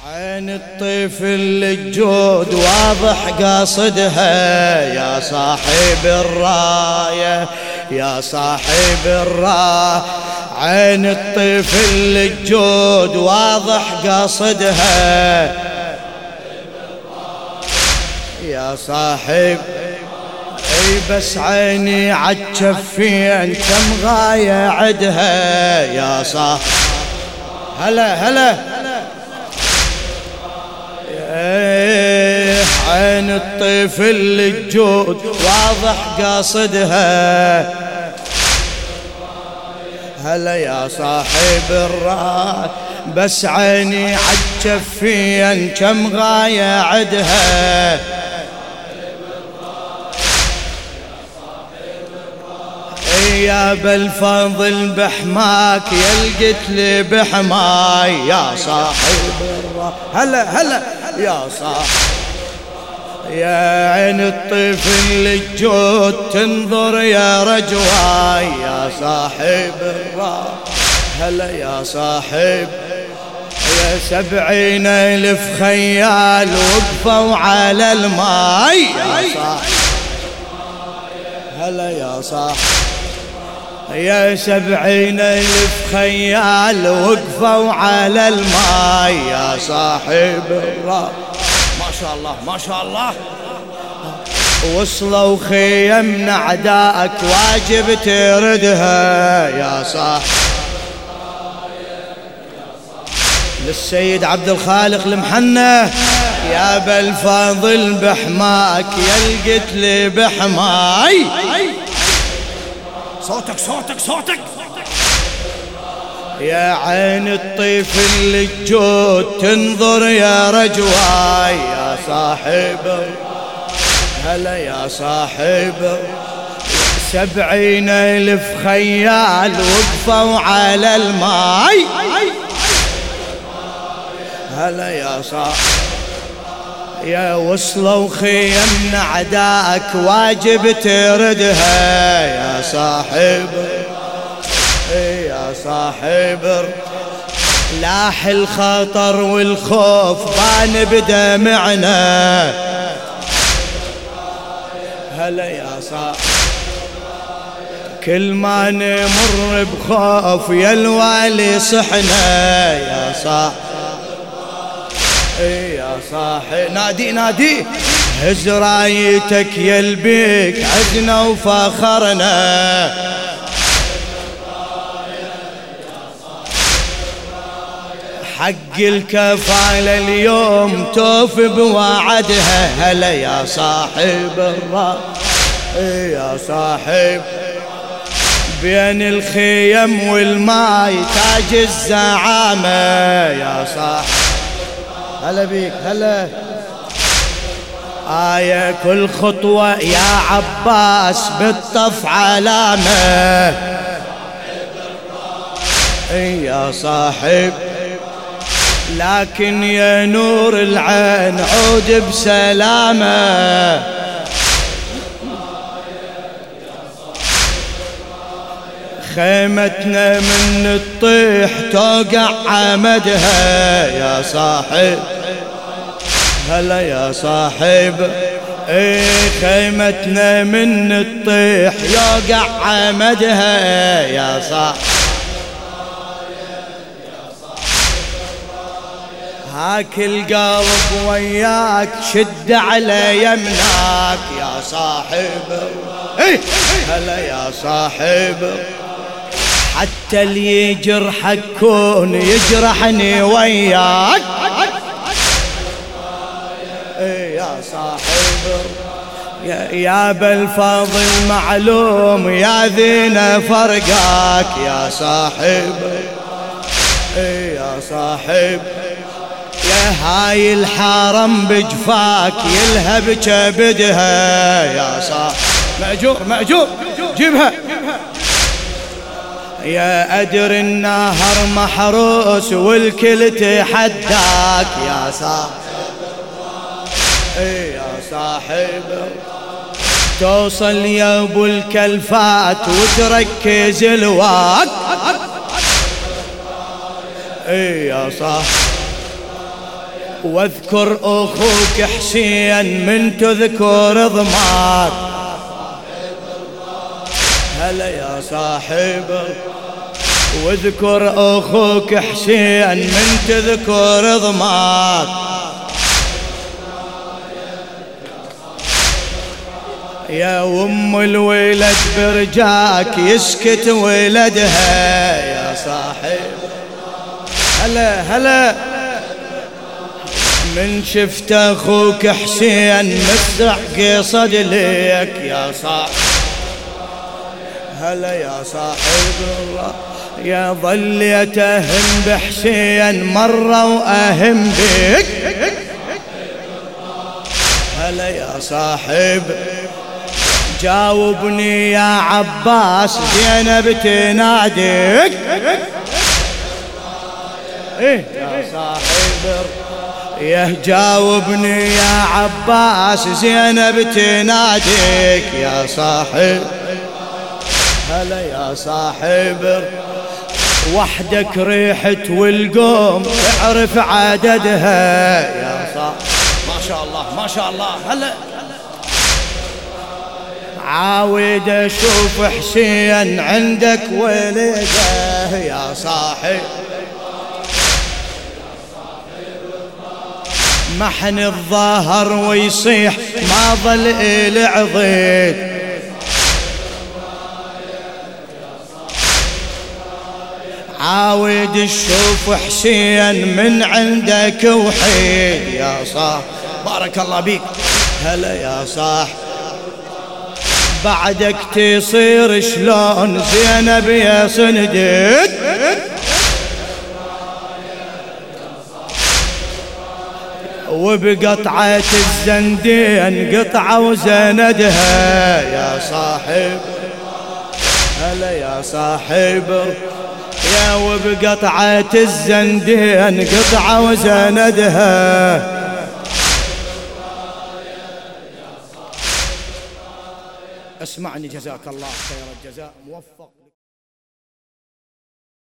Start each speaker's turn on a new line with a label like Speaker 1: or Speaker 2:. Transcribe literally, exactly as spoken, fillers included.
Speaker 1: عين الطفل الجود واضح قاصدها، يا صاحب الراية يا صاحب الراية. عين الطفل الجود واضح قاصدها، يا صاحب. اي بس عيني عالجفين كم غاية عدها، يا صاحب. هلا هلا ايه عين الطفل الجود واضح قاصدها، هلا يا صاحب الراي. بس عيني عالجفين كم غاية عدها، يا بالفضل بحماك يا القتل بحماي، يا صاحب الراي. هلا هلا يا صاحب. يا عين الطفل الجود تنظر يا رجواي، يا صاحب الراي. هلا يا صاحب. يا سبعين الف خيال وقفوا على الماي، يا صاحب. هلا يا صاحب. يا سبعين الف خيال وقفوا على الماي، يا صاحب الراي. ما شاء الله ما شاء الله. وصلوا خيم أعدائك واجب تردها، يا صاحب. للسيد عبد الخالق المحنة. يا بالفضل بحماك يا القتل بحماي، صوتك صوتك صوتك. يا عين الطفل الجود تنظر يا رجواي، يا صاحب. هلا يا صاحب. سبعين الف خيال وقفوا على الماي، هلا يا صاحب. يا وصلوا خيم أعدائك واجب تردها، يا صاحب. يا صاحب. لاح الخطر والخوف بان بدمعنا، هلا يا صاحب. كل ما نمر بخوف يا الوالي صحنا، يا صاحب. يا صاحب. نادي نادي. هز رايتك يا البيك عزنا وفخرنا، حق الكفالة اليوم توف بوعدها، هلا يا صاحب الراي. يا صاحب. بين الخيم والماي تاج الزعامة، يا صاحب. هلا بيك هلا. آية كل خطوة يا عباس بالطف علامة، يا صاحب. لكن يا نور العين عود بسلامة، خيمتنا من الطيح توقع عمدها، يا صاحب. هلا يا صاحب. ايه خيمتنا من الطيح يوقع عمدها، يا صاحب. هاك القلب وياك شد على يمناك، يا صاحب. ايه هلا يا صاحب. حتى اللي يجرحك كون يجرحني وياك، ايه يا صاحب. يا, يا بالفضل معلوم يا ذينا فرقاك، يا صاحب. ايه يا صاحب. يا هاي الحرم بجفاك يلهب كبدها، يا صاحب. مأجور مأجور جيبها. يا أدر النهر محروس والكل تحداك، يا صاحب. ايه يا صاحب. توصل يا ابو الكلفات وتركز الوقت، ايه يا صاحب. واذكر أخوك حسين من تذكر ضماك. هلا يا صاحب واذكر أخوك حسين من تذكر ضماك. يا أم الولد برجاك يسكت ولدها يا صاحب. هلا هلا من شفت أخوك حسين مسرع قصد ليك يا صاحب. هلا يا صاحب الله يا ظليت أهم بحسين مرة وأهم بك. هلا يا صاحب جاوبني يا عباس زينب تناديك. إيه يا صاحب يا جاوبني يا عباس زينب تناديك يا صاحب. هلا يا صاحب وحدك ريحت والقوم تعرف عددها يا صاحب. ما شاء الله ما شاء الله. هلا عاود اشوف حسين عندك ولده يا صاحب. محن الظهر ويصيح ما ظل إلى عضيد. عاود الشوف حسين من عندك وحيد يا صاح. بارك الله بيك. هلا يا صاح بعدك تصير شلون زينب يا صنديد. وبقطعة الزندين قطعة وزندها يا صاحب. هلا يا صاحب يا وبقطعة الزندين قطعة وزندها. اسمعني جزاك الله خير الجزاء موفق.